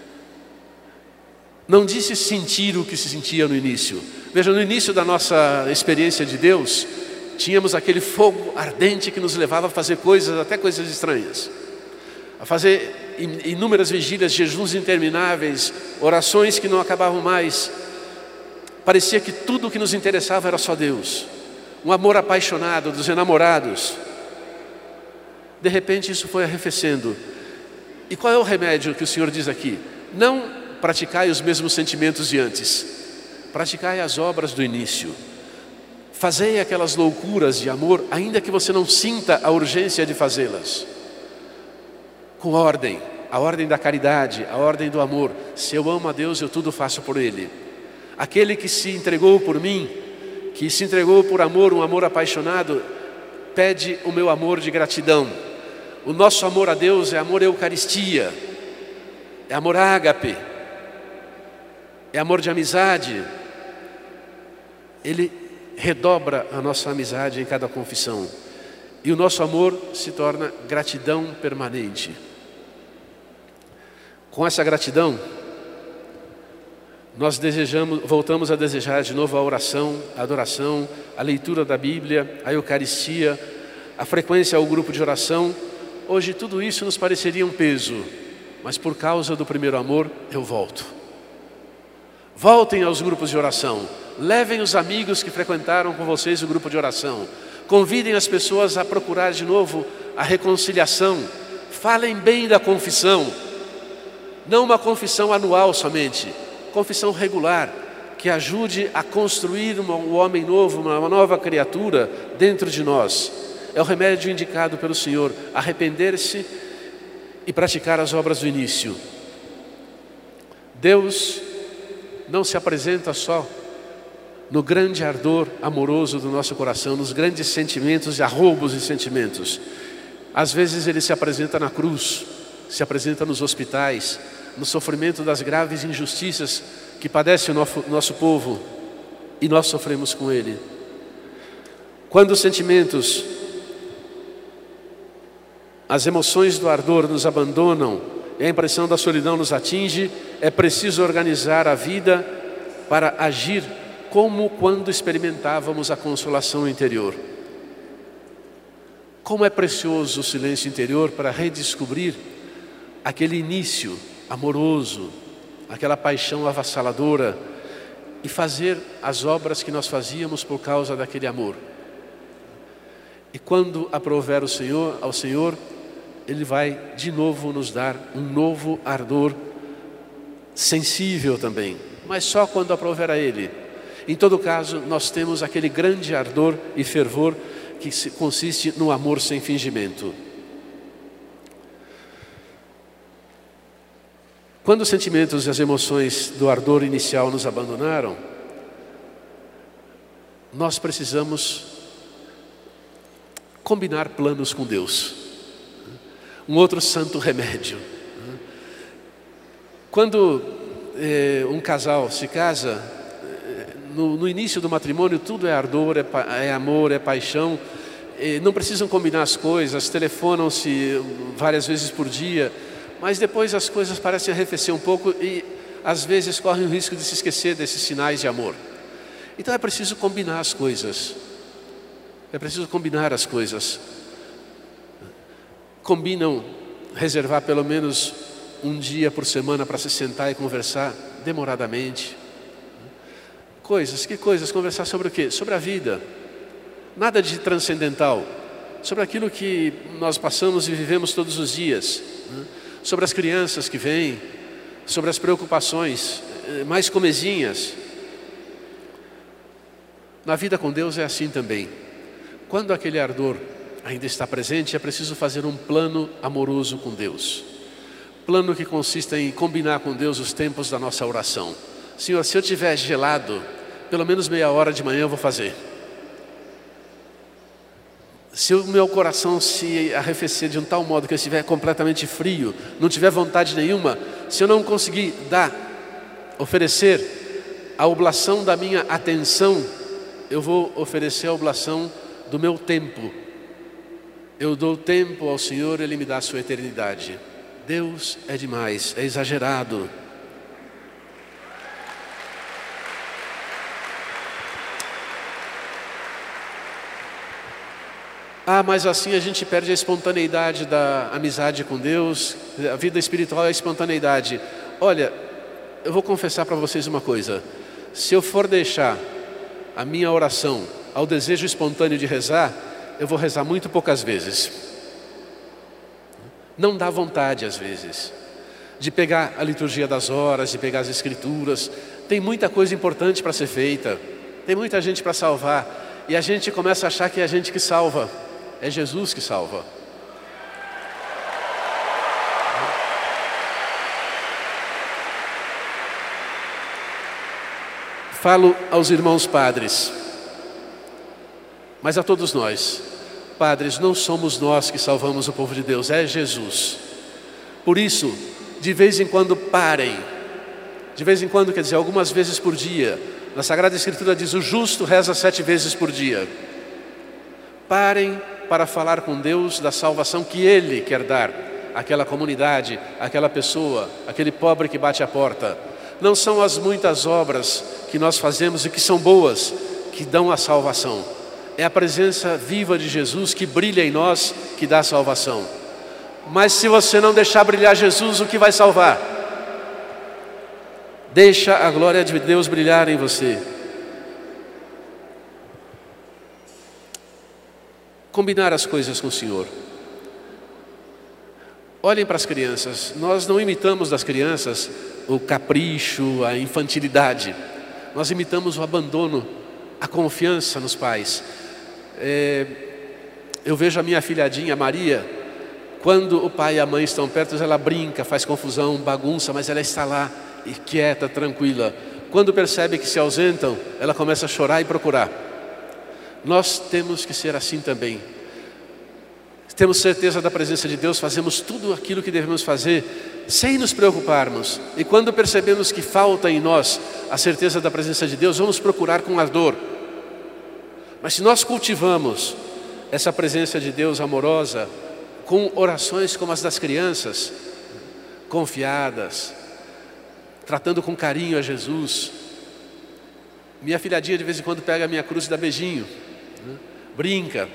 Não disse sentir o que se sentia no início. Veja, no início da nossa experiência de Deus, tínhamos aquele fogo ardente que nos levava a fazer coisas, até coisas estranhas. A fazer inúmeras vigílias, jejuns intermináveis, orações que não acabavam mais. Parecia que tudo o que nos interessava era só Deus. Um amor apaixonado dos enamorados. De repente isso foi arrefecendo. E qual é o remédio que o Senhor diz aqui? Não praticai os mesmos sentimentos de antes. Praticai as obras do início. Fazei aquelas loucuras de amor, ainda que você não sinta a urgência de fazê-las. Com ordem, a ordem da caridade, a ordem do amor. Se eu amo a Deus, eu tudo faço por Ele. Aquele que se entregou por mim, que se entregou por amor, um amor apaixonado, pede o meu amor de gratidão. O nosso amor a Deus é amor eucaristia, é amor ágape, é amor de amizade. Ele redobra a nossa amizade em cada confissão. E o nosso amor se torna gratidão permanente. Com essa gratidão, nós voltamos a desejar de novo a oração, a adoração, a leitura da Bíblia, a Eucaristia, a frequência ao grupo de oração. Hoje tudo isso nos pareceria um peso, mas por causa do primeiro amor, eu volto. Voltem aos grupos de oração, levem os amigos que frequentaram com vocês o grupo de oração, convidem as pessoas a procurar de novo a reconciliação, falem bem da confissão, não uma confissão anual somente, confissão regular, que ajude a construir um homem novo, uma nova criatura dentro de nós. É o remédio indicado pelo Senhor, arrepender-se e praticar as obras do início. Deus não se apresenta só no grande ardor amoroso do nosso coração, nos grandes sentimentos e arroubos de sentimentos. Às vezes Ele se apresenta na cruz, se apresenta nos hospitais, no sofrimento das graves injustiças que padece o nosso povo, e nós sofremos com Ele. Quando os sentimentos, as emoções do ardor nos abandonam e a impressão da solidão nos atinge, é preciso organizar a vida para agir como quando experimentávamos a consolação interior. Como é precioso o silêncio interior para redescobrir aquele início amoroso, aquela paixão avassaladora, e fazer as obras que nós fazíamos por causa daquele amor. E quando aprover ao Senhor, Ele vai de novo nos dar um novo ardor sensível também, mas só quando aprover a Ele. Em todo caso, nós temos aquele grande ardor e fervor que consiste no amor sem fingimento. Quando os sentimentos e as emoções do ardor inicial nos abandonaram, nós precisamos combinar planos com Deus. Um outro santo remédio. Quando um casal se casa, no início do matrimônio tudo é ardor, é amor, é paixão. Não precisam combinar as coisas, telefonam-se várias vezes por dia, mas depois as coisas parecem arrefecer um pouco e às vezes correm o risco de se esquecer desses sinais de amor. Então é preciso combinar as coisas. É preciso combinar as coisas. Combinam reservar pelo menos um dia por semana para se sentar e conversar demoradamente. Que coisas? Conversar sobre o quê? Sobre a vida. Nada de transcendental. Sobre aquilo que nós passamos e vivemos todos os dias. Sobre as crianças que vêm. Sobre as preocupações mais comezinhas. Na vida com Deus é assim também. Quando aquele ardor ainda está presente, é preciso fazer um plano amoroso com Deus. Plano que consiste em combinar com Deus os tempos da nossa oração. Senhor, se eu estiver gelado, pelo menos meia hora de manhã eu vou fazer. Se o meu coração se arrefecer de um tal modo que eu estiver completamente frio, não tiver vontade nenhuma, se eu não conseguir oferecer a oblação da minha atenção, eu vou oferecer a oblação do meu tempo. Eu dou tempo ao Senhor, Ele me dá a sua eternidade. Deus é demais, é exagerado. Mas assim a gente perde a espontaneidade da amizade com Deus. A vida espiritual é a espontaneidade. Olha, eu vou confessar para vocês uma coisa. Se eu for deixar a minha oração ao desejo espontâneo de rezar, eu vou rezar muito poucas vezes. Não dá vontade às vezes de pegar a liturgia das horas, de pegar as escrituras. Tem muita coisa importante para ser feita. Tem muita gente para salvar. E a gente começa a achar que é a gente que salva. É Jesus que salva. Falo aos irmãos padres, mas a todos nós. Padres, não somos nós que salvamos o povo de Deus, é Jesus. Por isso, de vez em quando parem. De vez em quando, quer dizer, algumas vezes por dia. Na Sagrada Escritura diz, o justo reza 7 vezes por dia. Parem para falar com Deus da salvação que Ele quer dar àquela comunidade, àquela pessoa, aquele pobre que bate a porta. Não são as muitas obras que nós fazemos e que são boas, que dão a salvação. É a presença viva de Jesus que brilha em nós, que dá a salvação. Mas se você não deixar brilhar Jesus, o que vai salvar? Deixa a glória de Deus brilhar em você. Combinar as coisas com o Senhor. Olhem para as crianças. Nós não imitamos das crianças o capricho, a infantilidade. Nós imitamos o abandono, a confiança nos pais. Eu vejo a minha filhadinha Maria, quando o pai e a mãe estão perto, ela brinca, faz confusão, bagunça, mas ela está lá, quieta, tranquila. Quando percebe que se ausentam, ela começa a chorar e procurar. Nós temos que ser assim também. Temos certeza da presença de Deus, fazemos tudo aquilo que devemos fazer sem nos preocuparmos. E quando percebemos que falta em nós a certeza da presença de Deus, vamos procurar com ardor. Mas se nós cultivamos essa presença de Deus amorosa, com orações como as das crianças, confiadas, tratando com carinho a Jesus. Minha filhadinha de vez em quando pega a minha cruz e dá beijinho, brinca.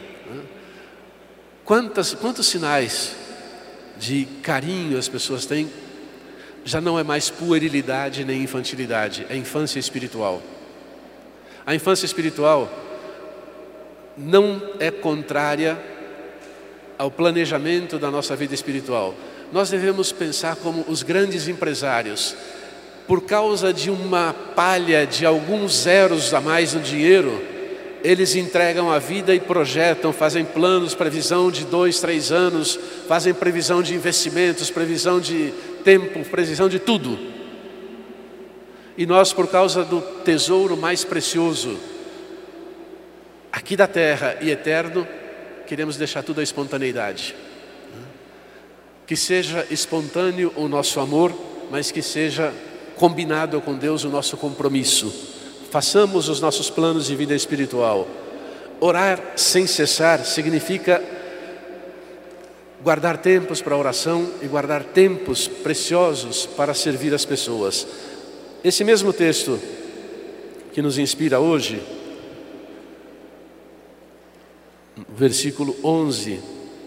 Quantos sinais de carinho as pessoas têm? Já não é mais puerilidade nem infantilidade, é infância espiritual. A infância espiritual não é contrária ao planejamento da nossa vida espiritual. Nós devemos pensar como os grandes empresários. Por causa de uma palha de alguns zeros a mais no dinheiro, eles entregam a vida e projetam, fazem planos, previsão de 2, 3 anos, fazem previsão de investimentos, previsão de tempo, previsão de tudo. E nós, por causa do tesouro mais precioso, aqui da terra e eterno, queremos deixar tudo à espontaneidade. Que seja espontâneo o nosso amor, mas que seja combinado com Deus o nosso compromisso. Façamos os nossos planos de vida espiritual. Orar sem cessar significa guardar tempos para oração e guardar tempos preciosos para servir as pessoas. Esse mesmo texto que nos inspira hoje, versículo 11,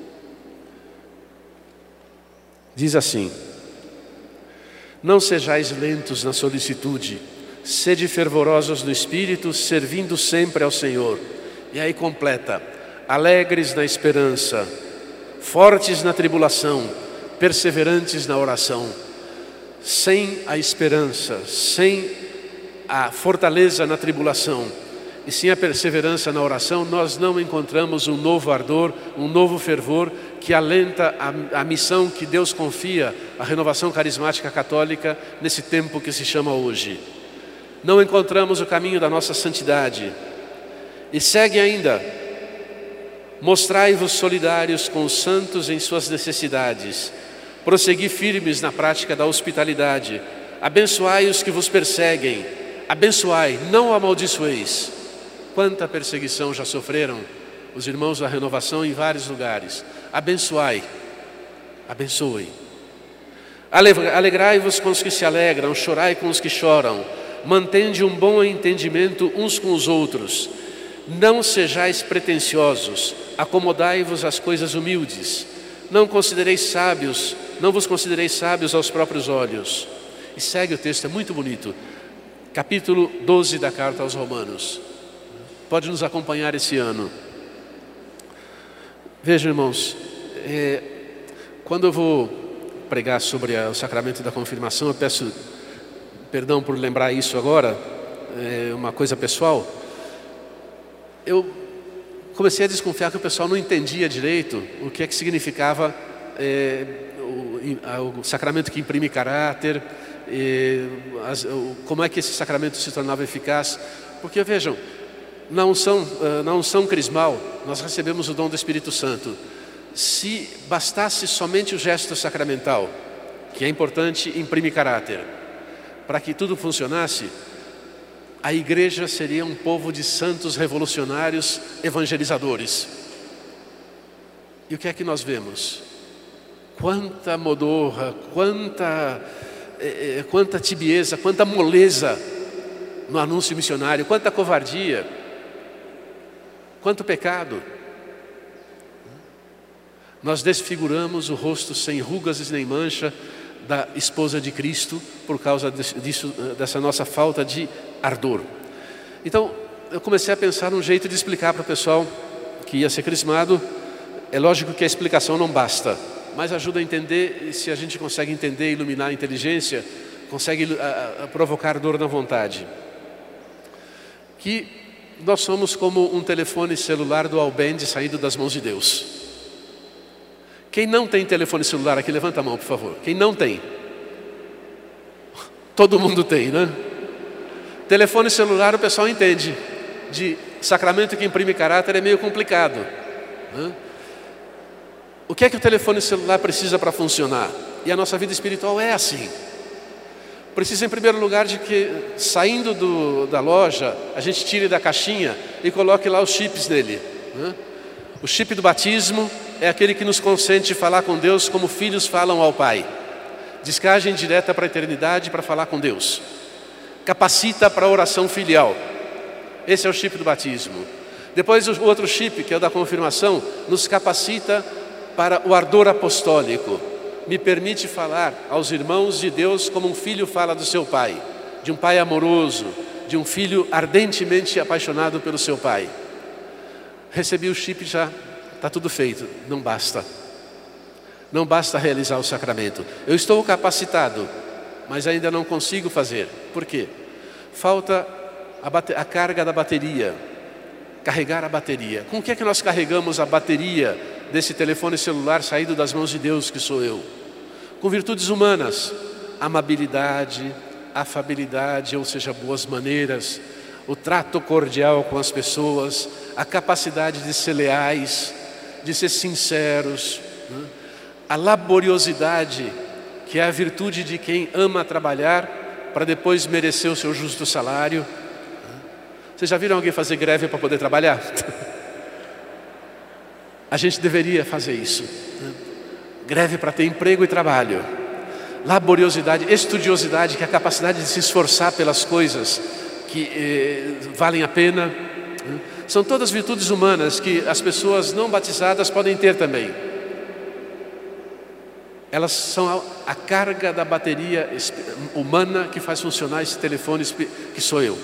diz assim: não sejais lentos na solicitude, sede fervorosos no Espírito, servindo sempre ao Senhor. E aí completa: alegres na esperança, fortes na tribulação, perseverantes na oração. Sem a esperança, sem a fortaleza na tribulação e sem a perseverança na oração, nós não encontramos um novo ardor, um novo fervor que alenta a missão que Deus confia à renovação carismática católica nesse tempo que se chama hoje. Não encontramos o caminho da nossa santidade. E segue ainda: Mostrai-vos solidários com os santos em suas necessidades. Prossegui firmes na prática da hospitalidade. Abençoai os que vos perseguem. Abençoai, não amaldiçoeis. Quanta perseguição já sofreram os irmãos da Renovação em vários lugares. Abençoai, abençoe. Alegrai-vos com os que se alegram, chorai com os que choram. Mantende um bom entendimento uns com os outros. Não sejais pretensiosos, acomodai-vos às coisas humildes. Não vos considereis sábios aos próprios olhos. E segue o texto, é muito bonito. Capítulo 12 da carta aos Romanos. Pode nos acompanhar esse ano. Vejam, irmãos, quando eu vou pregar sobre o sacramento da confirmação, eu peço perdão por lembrar isso agora, é uma coisa pessoal. Eu comecei a desconfiar que o pessoal não entendia direito o que é que significava o sacramento que imprime caráter, como é que esse sacramento se tornava eficaz. Porque vejam, na unção crismal nós recebemos o dom do Espírito Santo. Se bastasse somente o gesto sacramental, que é importante, imprime caráter, para que tudo funcionasse, a igreja seria um povo de santos revolucionários evangelizadores. E o que é que nós vemos? Quanta modorra, quanta tibieza, quanta moleza no anúncio missionário, quanta covardia, quanto pecado. Nós desfiguramos o rosto sem rugas nem mancha da esposa de Cristo por causa dessa nossa falta de ardor. Então, eu comecei a pensar num jeito de explicar para o pessoal que ia ser crismado. É lógico que a explicação não basta, mas ajuda a entender, e se a gente consegue entender e iluminar a inteligência, consegue provocar dor na vontade. Que nós somos como um telefone celular dual band saindo das mãos de Deus. Quem não tem telefone celular aqui, levanta a mão, por favor. Quem não tem? Todo mundo tem, né? Telefone celular o pessoal entende. De sacramento que imprime caráter é meio complicado, né? O que é que o telefone celular precisa para funcionar? E a nossa vida espiritual é assim. Precisa, em primeiro lugar, de que, saindo da loja, a gente tire da caixinha e coloque lá os chips nele, né? O chip do batismo é aquele que nos consente falar com Deus como filhos falam ao Pai. Descagem direta para a eternidade para falar com Deus. Capacita para a oração filial. Esse é o chip do batismo. Depois o outro chip, que é o da confirmação, nos capacita para o ardor apostólico. Me permite falar aos irmãos de Deus como um filho fala do seu pai. De um pai amoroso, de um filho ardentemente apaixonado pelo seu pai. Recebi o chip, já está tudo feito. Não basta. Não basta realizar o sacramento. Eu estou capacitado, mas ainda não consigo fazer. Por quê? Falta a carga da bateria. Carregar a bateria. Com o que é que nós carregamos a bateria desse telefone celular saído das mãos de Deus, que sou eu? Com virtudes humanas. Amabilidade, afabilidade, ou seja, boas maneiras, o trato cordial com as pessoas, a capacidade de ser leais, de ser sinceros, né? A laboriosidade, que é a virtude de quem ama trabalhar para depois merecer o seu justo salário. Vocês já viram alguém fazer greve para poder trabalhar? A gente deveria fazer isso, né? Greve para ter emprego e trabalho. Laboriosidade, estudiosidade, que é a capacidade de se esforçar pelas coisas que valem a pena, né? São todas virtudes humanas que as pessoas não batizadas podem ter também. Elas são a carga da bateria humana que faz funcionar esse telefone que sou eu.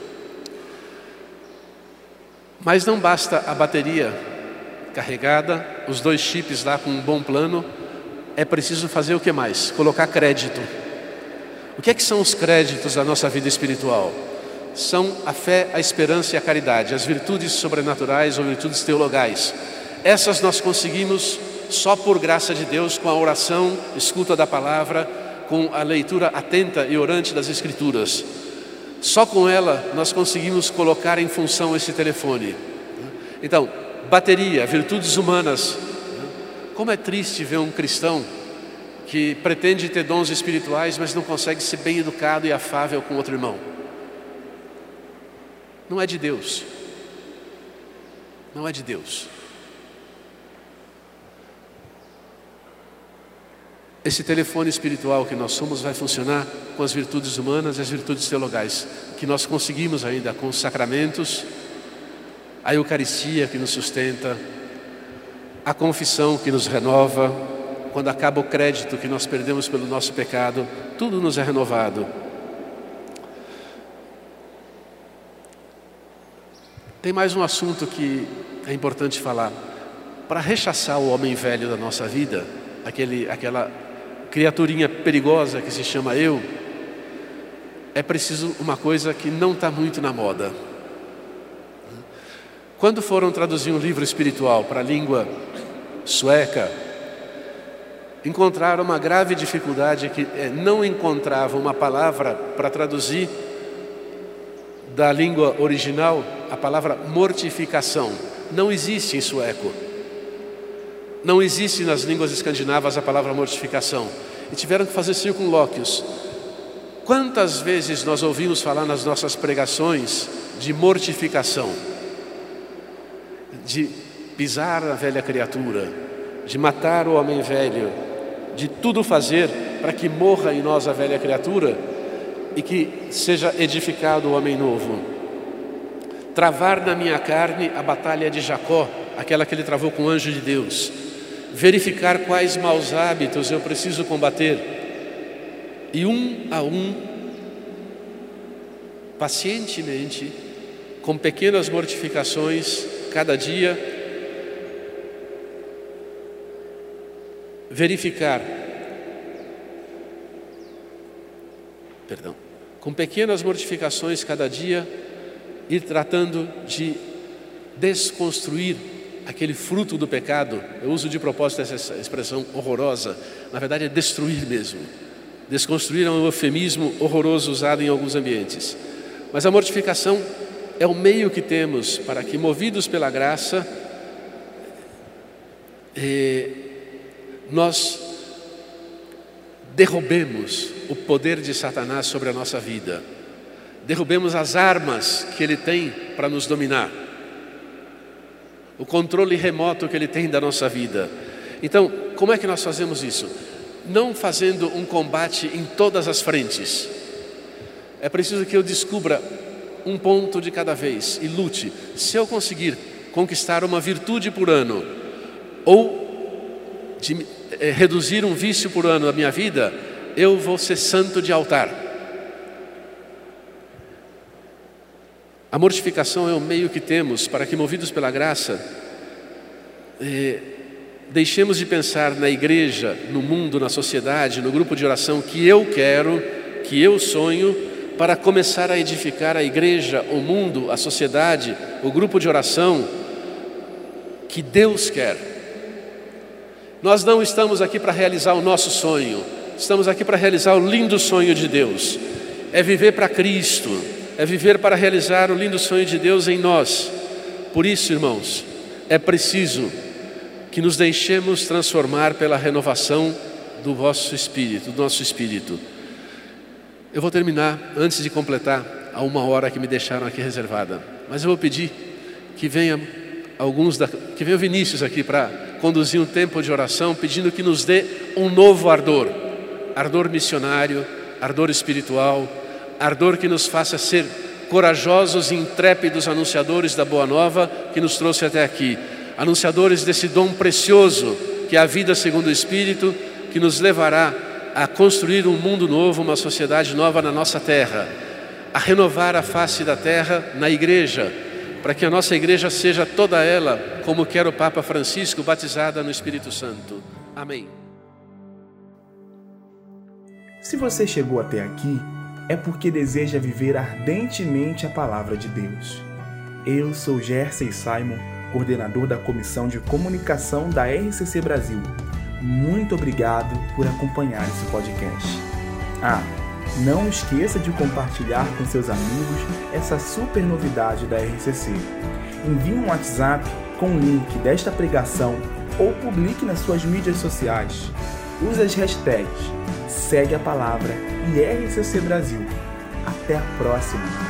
Mas não basta a bateria carregada, os dois chips lá com um bom plano. É preciso fazer o que mais? Colocar crédito. O que é que são os créditos da nossa vida espiritual? São a fé, a esperança e a caridade, as virtudes sobrenaturais ou virtudes teologais. Essas nós conseguimos só por graça de Deus, com a oração, escuta da palavra, com a leitura atenta e orante das Escrituras. Só com ela nós conseguimos colocar em função esse telefone. Então, bateria, virtudes humanas. Como é triste ver um cristão que pretende ter dons espirituais, mas não consegue ser bem educado e afável com outro irmão. Não é de Deus. Não é de Deus. Esse telefone espiritual que nós somos vai funcionar com as virtudes humanas e as virtudes teologais, que nós conseguimos ainda com os sacramentos, a Eucaristia que nos sustenta, a confissão que nos renova, quando acaba o crédito que nós perdemos pelo nosso pecado, tudo nos é renovado. Tem mais um assunto que é importante falar. Para rechaçar o homem velho da nossa vida, aquela criaturinha perigosa que se chama eu, é preciso uma coisa que não está muito na moda. Quando foram traduzir um livro espiritual para a língua sueca, encontraram uma grave dificuldade que não encontravam uma palavra para traduzir da língua original a palavra mortificação. Não existe em sueco. Não existe nas línguas escandinavas a palavra mortificação. E tiveram que fazer circunlóquios. Quantas vezes nós ouvimos falar nas nossas pregações de mortificação? De pisar na velha criatura, de matar o homem velho, de tudo fazer para que morra em nós a velha criatura e que seja edificado o homem novo. Travar na minha carne a batalha de Jacó, aquela que ele travou com o anjo de Deus. Verificar quais maus hábitos eu preciso combater. E um a um, pacientemente, com pequenas mortificações, cada dia, com pequenas mortificações cada dia, ir tratando de desconstruir aquele fruto do pecado. Eu uso de propósito essa expressão horrorosa, na verdade é destruir mesmo. Desconstruir é um eufemismo horroroso usado em alguns ambientes. Mas a mortificação é o meio que temos para que, movidos pela graça, nós derrubemos o poder de Satanás sobre a nossa vida. Derrubemos as armas que ele tem para nos dominar. O controle remoto que ele tem da nossa vida. Então, como é que nós fazemos isso? Não fazendo um combate em todas as frentes. É preciso que eu descubra um ponto de cada vez e lute. Se eu conseguir conquistar uma virtude por ano ou reduzir um vício por ano da minha vida, eu vou ser santo de altar. A mortificação é o meio que temos para que, movidos pela graça, deixemos de pensar na igreja, no mundo, na sociedade, no grupo de oração que eu quero, que eu sonho, para começar a edificar a igreja, o mundo, a sociedade, o grupo de oração que Deus quer. Nós não estamos aqui para realizar o nosso sonho, estamos aqui para realizar o lindo sonho de Deus. É viver para Cristo, é viver para realizar o lindo sonho de Deus em nós. Por isso, irmãos, é preciso que nos deixemos transformar pela renovação do vosso espírito, do nosso espírito. Eu vou terminar antes de completar a 1 hora que me deixaram aqui reservada. Mas eu vou pedir que venha que venha o Vinícius aqui para conduzir um tempo de oração, pedindo que nos dê um novo ardor. Ardor missionário, ardor espiritual, ardor que nos faça ser corajosos e intrépidos anunciadores da Boa Nova que nos trouxe até aqui. Anunciadores desse dom precioso que é a vida segundo o Espírito, que nos levará a construir um mundo novo, uma sociedade nova na nossa terra, a renovar a face da terra na igreja, para que a nossa igreja seja toda ela, como quer o Papa Francisco, batizada no Espírito Santo. Amém. Se você chegou até aqui, é porque deseja viver ardentemente a palavra de Deus. Eu sou Jersey Simon, coordenador da Comissão de Comunicação da RCC Brasil. Muito obrigado por acompanhar esse podcast. Não esqueça de compartilhar com seus amigos essa super novidade da RCC. Envie um WhatsApp com o link desta pregação ou publique nas suas mídias sociais. Use as hashtags Segue a Palavra e RCC Brasil. Até a próxima!